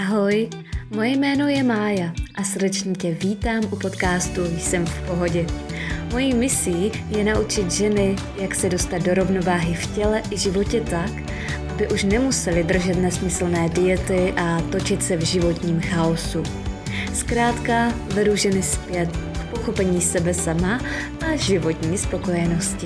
Ahoj, moje jméno je Mája a srdečně tě vítám u podcastu Jsem v pohodě. Mojí misí je naučit ženy, jak se dostat do rovnováhy v těle i životě tak, aby už nemuseli držet nesmyslné diety a točit se v životním chaosu. Zkrátka vedu ženy zpět k pochopení sebe sama a životní spokojenosti.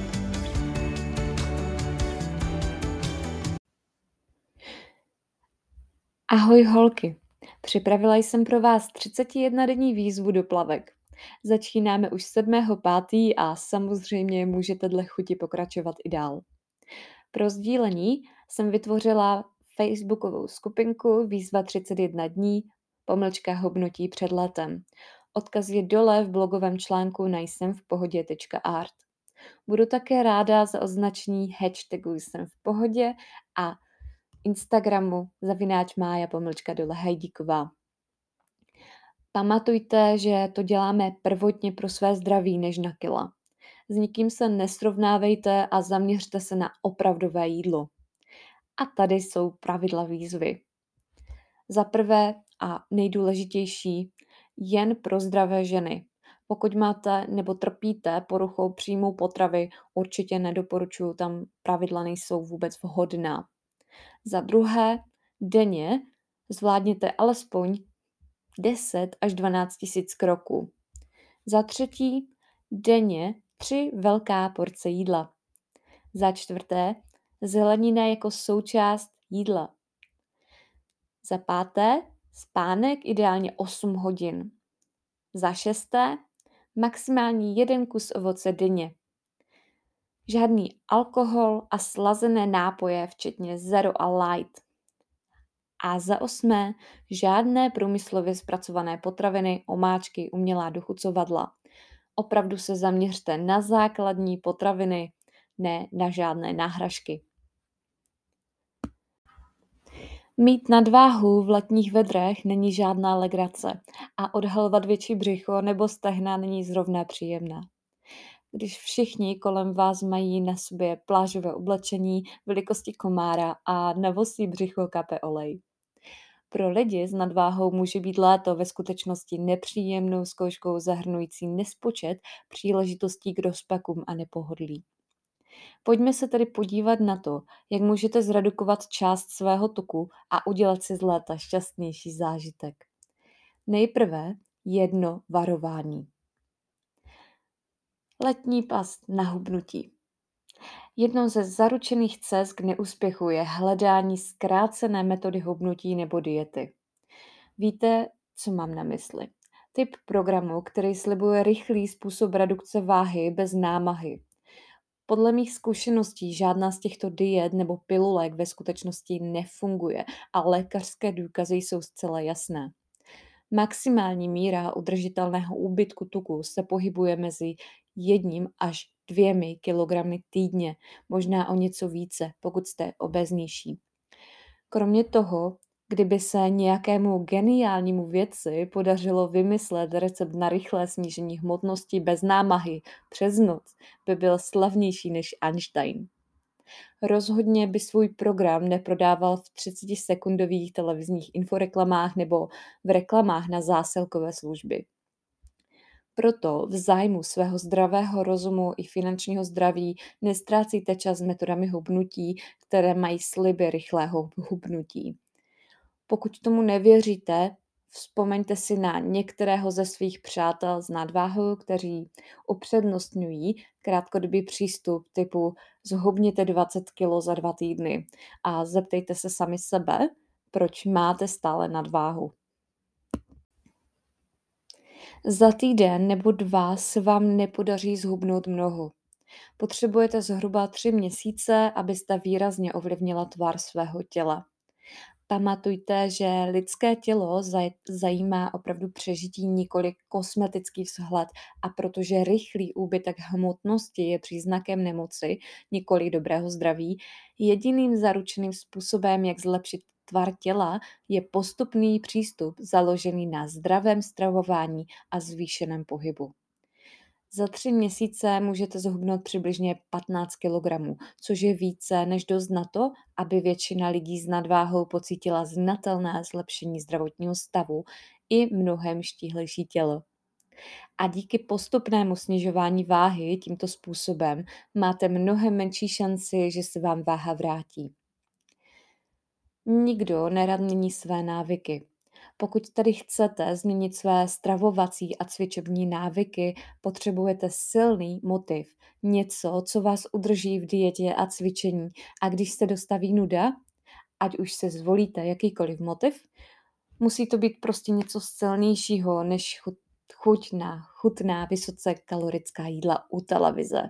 Ahoj holky, připravila jsem pro vás 31denní výzvu do plavek. Začínáme už 7.5. a samozřejmě můžete dle chuti pokračovat i dál. Pro sdílení jsem vytvořila facebookovou skupinku Výzva 31 dní, _hubnutí před letem. Odkaz je dole v blogovém článku na jsemvpohodě.art. Budu také ráda za označení hashtagu Jsem v pohodě a Instagramu @Mája_Hajdíková. Pamatujte, že to děláme prvotně pro své zdraví než na kila. S nikým se nesrovnávejte a zaměřte se na opravdové jídlo. A tady jsou pravidla výzvy. Za prvé a nejdůležitější, jen pro zdravé ženy. Pokud máte nebo trpíte poruchou příjmu potravy, určitě nedoporučuji, tam pravidla nejsou vůbec vhodná. Za druhé, denně zvládněte alespoň 10 až 12 tisíc kroků. Za třetí, denně 3 velká porce jídla. Za čtvrté, zelenina jako součást jídla. Za páté, spánek ideálně 8 hodin. Za šesté, maximálně 1 kus ovoce denně. Žádný alkohol a slazené nápoje, včetně zero a light. A za osmé, žádné průmyslově zpracované potraviny, omáčky, umělá dochucovadla. Opravdu se zaměřte na základní potraviny, ne na žádné náhražky. Mít nadváhu v letních vedrech není žádná legrace a odhalovat větší břicho nebo stehna není zrovna příjemná. Když všichni kolem vás mají na sobě plážové oblečení velikosti komára a na vosí břicho kape olej. Pro lidi s nadváhou může být léto ve skutečnosti nepříjemnou zkouškou zahrnující nespočet příležitostí k rozpakům a nepohodlí. Pojďme se tedy podívat na to, jak můžete zredukovat část svého tuku a udělat si z léta šťastnější zážitek. Nejprve jedno varování. Letní past na hubnutí. Jednou ze zaručených cest k neúspěchu je hledání zkrácené metody hubnutí nebo diety. Víte, co mám na mysli? Typ programu, který slibuje rychlý způsob redukce váhy bez námahy. Podle mých zkušeností žádná z těchto diet nebo pilulek ve skutečnosti nefunguje a lékařské důkazy jsou zcela jasné. Maximální míra udržitelného úbytku tuku se pohybuje mezi 1 až 2 kilogramy týdně, možná o něco více, pokud jste obéznější. Kromě toho, kdyby se nějakému geniálnímu vědci podařilo vymyslet recept na rychlé snížení hmotnosti bez námahy přes noc, by byl slavnější než Einstein. Rozhodně by svůj program neprodával v 30-sekundových televizních inforeklamách nebo v reklamách na zásilkové služby. Proto v zájmu svého zdravého rozumu i finančního zdraví nestrácejte čas s metodami hubnutí, které mají sliby rychlého hubnutí. Pokud tomu nevěříte, vzpomeňte si na některého ze svých přátel s nadváhou, kteří upřednostňují krátkodobý přístup typu zhubněte 20 kg za 2 týdny a zeptejte se sami sebe, proč máte stále nadváhu. Za týden nebo 2 se vám nepodaří zhubnout mnoho. Potřebujete zhruba 3 měsíce, abyste výrazně ovlivnila tvar svého těla. Pamatujte, že lidské tělo zajímá opravdu přežití, nikoli kosmetický vzhled, a protože rychlý úbytek hmotnosti je příznakem nemoci, nikoli dobrého zdraví, jediným zaručeným způsobem, jak zlepšit tvar těla, je postupný přístup založený na zdravém stravování a zvýšeném pohybu. Za 3 měsíce můžete zhubnout přibližně 15 kilogramů, což je více než dost na to, aby většina lidí s nadváhou pocítila znatelné zlepšení zdravotního stavu i mnohem štíhlejší tělo. A díky postupnému snižování váhy tímto způsobem máte mnohem menší šanci, že se vám váha vrátí. Nikdo nerad mění své návyky. Pokud tedy chcete změnit své stravovací a cvičební návyky, potřebujete silný motiv, něco, co vás udrží v dietě a cvičení. A když se dostaví nuda, ať už se zvolíte jakýkoliv motiv, musí to být prostě něco silnějšího než chutná vysoce kalorická jídla u televize.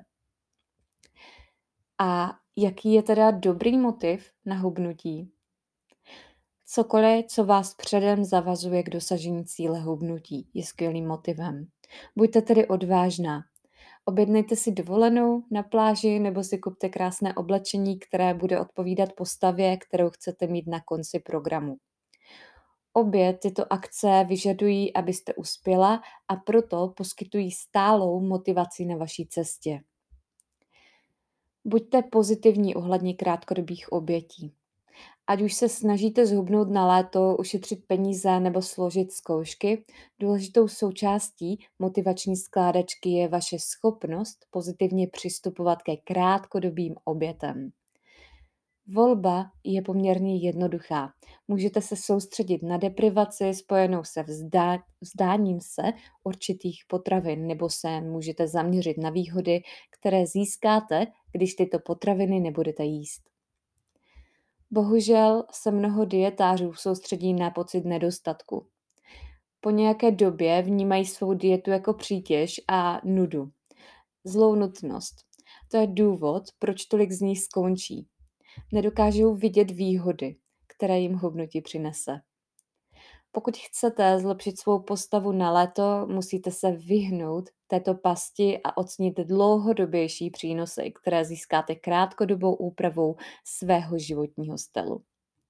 A jaký je teda dobrý motiv na hubnutí? Cokoliv, co vás předem zavazuje k dosažení cíle hubnutí, je skvělým motivem. Buďte tedy odvážná. Objednejte si dovolenou na pláži nebo si kupte krásné oblečení, které bude odpovídat postavě, kterou chcete mít na konci programu. Obě tyto akce vyžadují, abyste uspěla, a proto poskytují stálou motivaci na vaší cestě. Buďte pozitivní ohledně krátkodobých obětí. Ať už se snažíte zhubnout na léto, ušetřit peníze nebo složit zkoušky, důležitou součástí motivační skládačky je vaše schopnost pozitivně přistupovat ke krátkodobým obětem. Volba je poměrně jednoduchá. Můžete se soustředit na deprivaci spojenou se vzdáním se určitých potravin, nebo se můžete zaměřit na výhody, které získáte, když tyto potraviny nebudete jíst. Bohužel se mnoho dietářů soustředí na pocit nedostatku. Po nějaké době vnímají svou dietu jako přítěž a nudu. Zlou nutnost. To je důvod, proč tolik z nich skončí. Nedokážou vidět výhody, které jim hubnutí přinese. Pokud chcete zlepšit svou postavu na léto, musíte se vyhnout této pasti a ocenit dlouhodobější přínosy, které získáte krátkodobou úpravou svého životního stylu.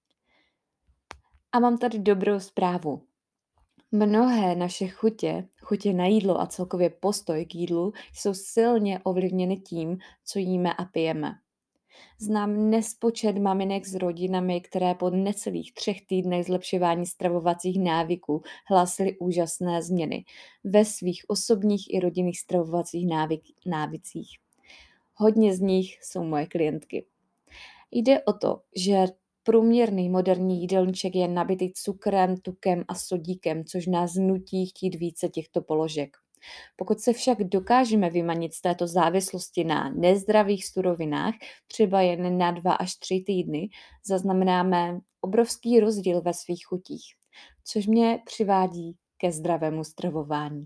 A mám tady dobrou zprávu. Mnohé naše chutě na jídlo a celkově postoj k jídlu jsou silně ovlivněny tím, co jíme a pijeme. Znám nespočet maminek s rodinami, které po necelých 3 týdnech zlepšování stravovacích návyků hlásily úžasné změny ve svých osobních i rodinných stravovacích návycích. Hodně z nich jsou moje klientky. Jde o to, že průměrný moderní jídelníček je nabitý cukrem, tukem a sodíkem, což nás nutí chtít více těchto položek. Pokud se však dokážeme vymanit z této závislosti na nezdravých surovinách, třeba jen na 2 až 3 týdny, zaznamenáme obrovský rozdíl ve svých chutích, což mě přivádí ke zdravému stravování.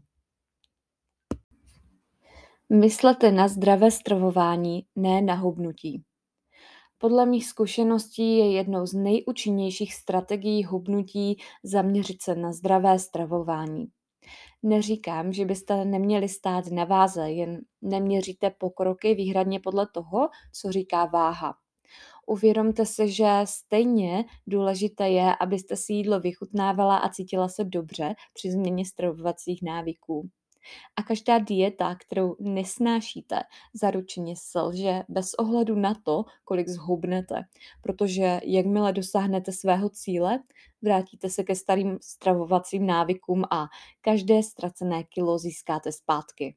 Myslete na zdravé stravování, ne na hubnutí. Podle mých zkušeností je jednou z nejúčinnějších strategií hubnutí zaměřit se na zdravé stravování. Neříkám, že byste neměli stát na váze, jen neměříte pokroky výhradně podle toho, co říká váha. Uvědomte si, že stejně důležité je, abyste si jídlo vychutnávala a cítila se dobře při změně stravovacích návyků. A každá dieta, kterou nesnášíte, zaručeně selže bez ohledu na to, kolik zhubnete, protože jakmile dosáhnete svého cíle, vrátíte se ke starým stravovacím návykům a každé ztracené kilo získáte zpátky.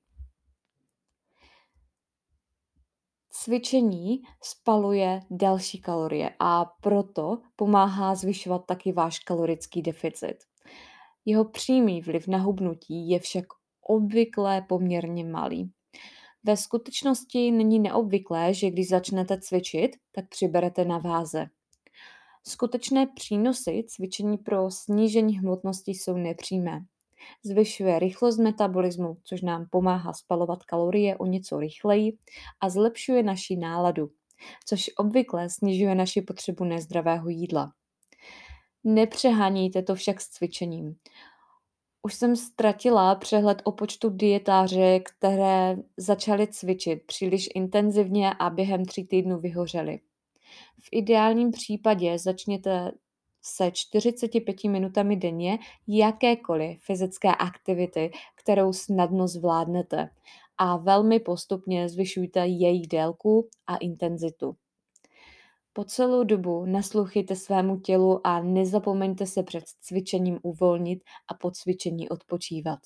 Cvičení spaluje další kalorie a proto pomáhá zvyšovat taky váš kalorický deficit. Jeho přímý vliv na hubnutí je však obvykle poměrně malý. Ve skutečnosti není neobvyklé, že když začnete cvičit, tak přiberete na váze. Skutečné přínosy cvičení pro snížení hmotnosti jsou nepřímé. Zvyšuje rychlost metabolismu, což nám pomáhá spalovat kalorie o něco rychleji, a zlepšuje naši náladu, což obvykle snižuje naši potřebu nezdravého jídla. Nepřehánějte to však s cvičením. Už jsem ztratila přehled o počtu dietářek, které začaly cvičit příliš intenzivně a během 3 týdnů vyhořely. V ideálním případě začněte se 45 minutami denně jakékoliv fyzické aktivity, kterou snadno zvládnete. a velmi postupně zvyšujte jejich délku a intenzitu. Po celou dobu naslouchejte svému tělu a nezapomeňte se před cvičením uvolnit a po cvičení odpočívat.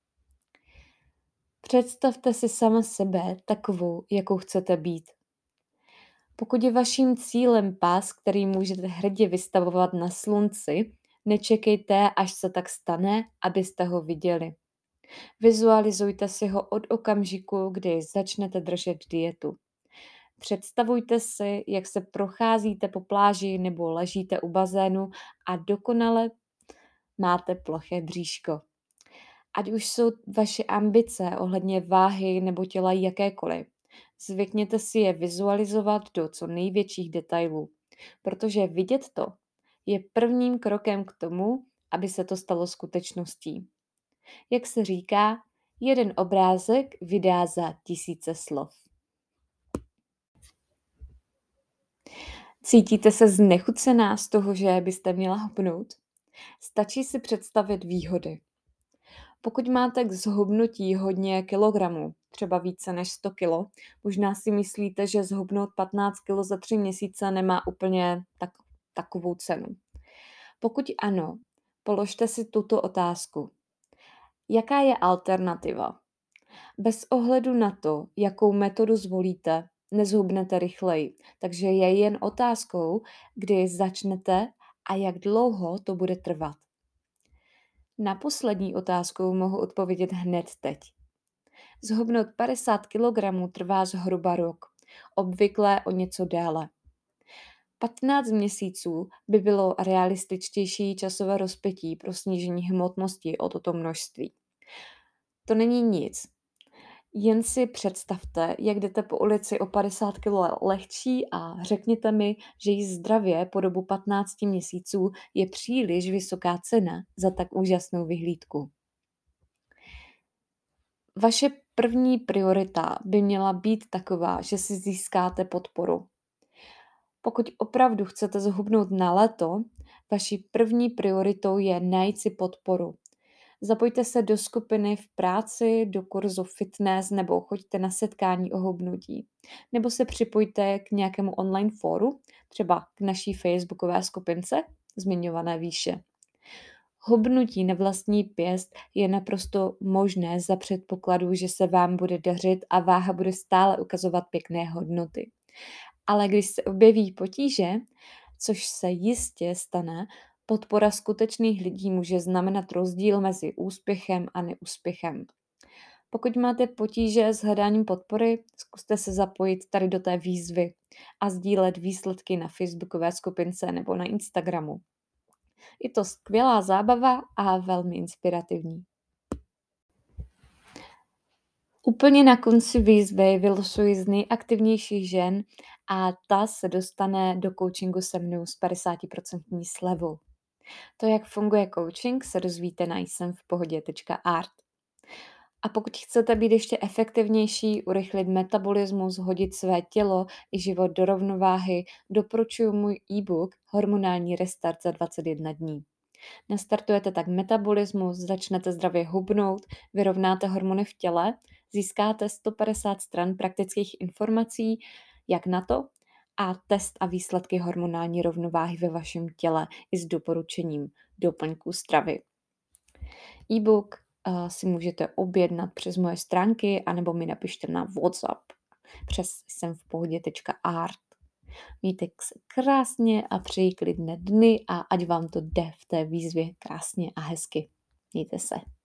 Představte si sama sebe takovou, jakou chcete být. Pokud je vaším cílem pás, který můžete hrdě vystavovat na slunci, nečekejte, až se tak stane, abyste ho viděli. Vizualizujte si ho od okamžiku, kdy začnete držet dietu. Představujte si, jak se procházíte po pláži nebo ležíte u bazénu a dokonale máte ploché bříško. Ať už jsou vaše ambice ohledně váhy nebo těla jakékoliv, zvykněte si je vizualizovat do co největších detailů, protože vidět to je prvním krokem k tomu, aby se to stalo skutečností. Jak se říká, jeden obrázek vydá za 1000 slov. Cítíte se znechucená z toho, že byste měla hubnout? Stačí si představit výhody. Pokud máte k zhubnutí hodně kilogramů, třeba více než 100 kg, možná si myslíte, že zhubnout 15 kg za 3 měsíce nemá úplně takovou cenu. Pokud ano, položte si tuto otázku. Jaká je alternativa? Bez ohledu na to, jakou metodu zvolíte, nezhubnete rychleji, takže je jen otázkou, kdy začnete a jak dlouho to bude trvat. Na poslední otázku mohu odpovědět hned teď. Zhubnout 50 kg trvá zhruba rok, obvykle o něco déle. 15 měsíců by bylo realističtější časové rozpětí pro snížení hmotnosti o toto množství. To není nic. Jen si představte, jak jdete po ulici o 50 kg lehčí a řekněte mi, že jí zdravě po dobu 15 měsíců je příliš vysoká cena za tak úžasnou vyhlídku. Vaše první priorita by měla být taková, že si získáte podporu. Pokud opravdu chcete zhubnout na léto, vaší první prioritou je najít si podporu. Zapojte se do skupiny v práci, do kurzu fitness nebo choďte na setkání o hubnutí. Nebo se připojte k nějakému online fóru, třeba k naší facebookové skupince, zmiňované výše. Hubnutí na vlastní pěst je naprosto možné za předpokladu, že se vám bude dařit a váha bude stále ukazovat pěkné hodnoty. Ale když se objeví potíže, což se jistě stane, podpora skutečných lidí může znamenat rozdíl mezi úspěchem a neúspěchem. Pokud máte potíže s hledáním podpory, zkuste se zapojit tady do té výzvy a sdílet výsledky na facebookové skupince nebo na Instagramu. Je to skvělá zábava a velmi inspirativní. Úplně na konci výzvy vylosuji z nejaktivnějších žen a ta se dostane do coachingu se mnou s 50% slevou. To, jak funguje coaching, se dozvíte na jsemvpohodě.art. A pokud chcete být ještě efektivnější, urychlit metabolismus, hodit své tělo i život do rovnováhy, doporučuji můj e-book Hormonální restart za 21 dní. Nastartujete tak metabolismus, začnete zdravě hubnout, vyrovnáte hormony v těle, získáte 150 stran praktických informací, jak na to, a test a výsledky hormonální rovnováhy ve vašem těle i s doporučením doplňků stravy. E-book si můžete objednat přes moje stránky anebo mi napište na WhatsApp přes jsemvpohodě.art. Mějte se krásně a přeji klidné dny a ať vám to jde v té výzvě krásně a hezky. Mějte se.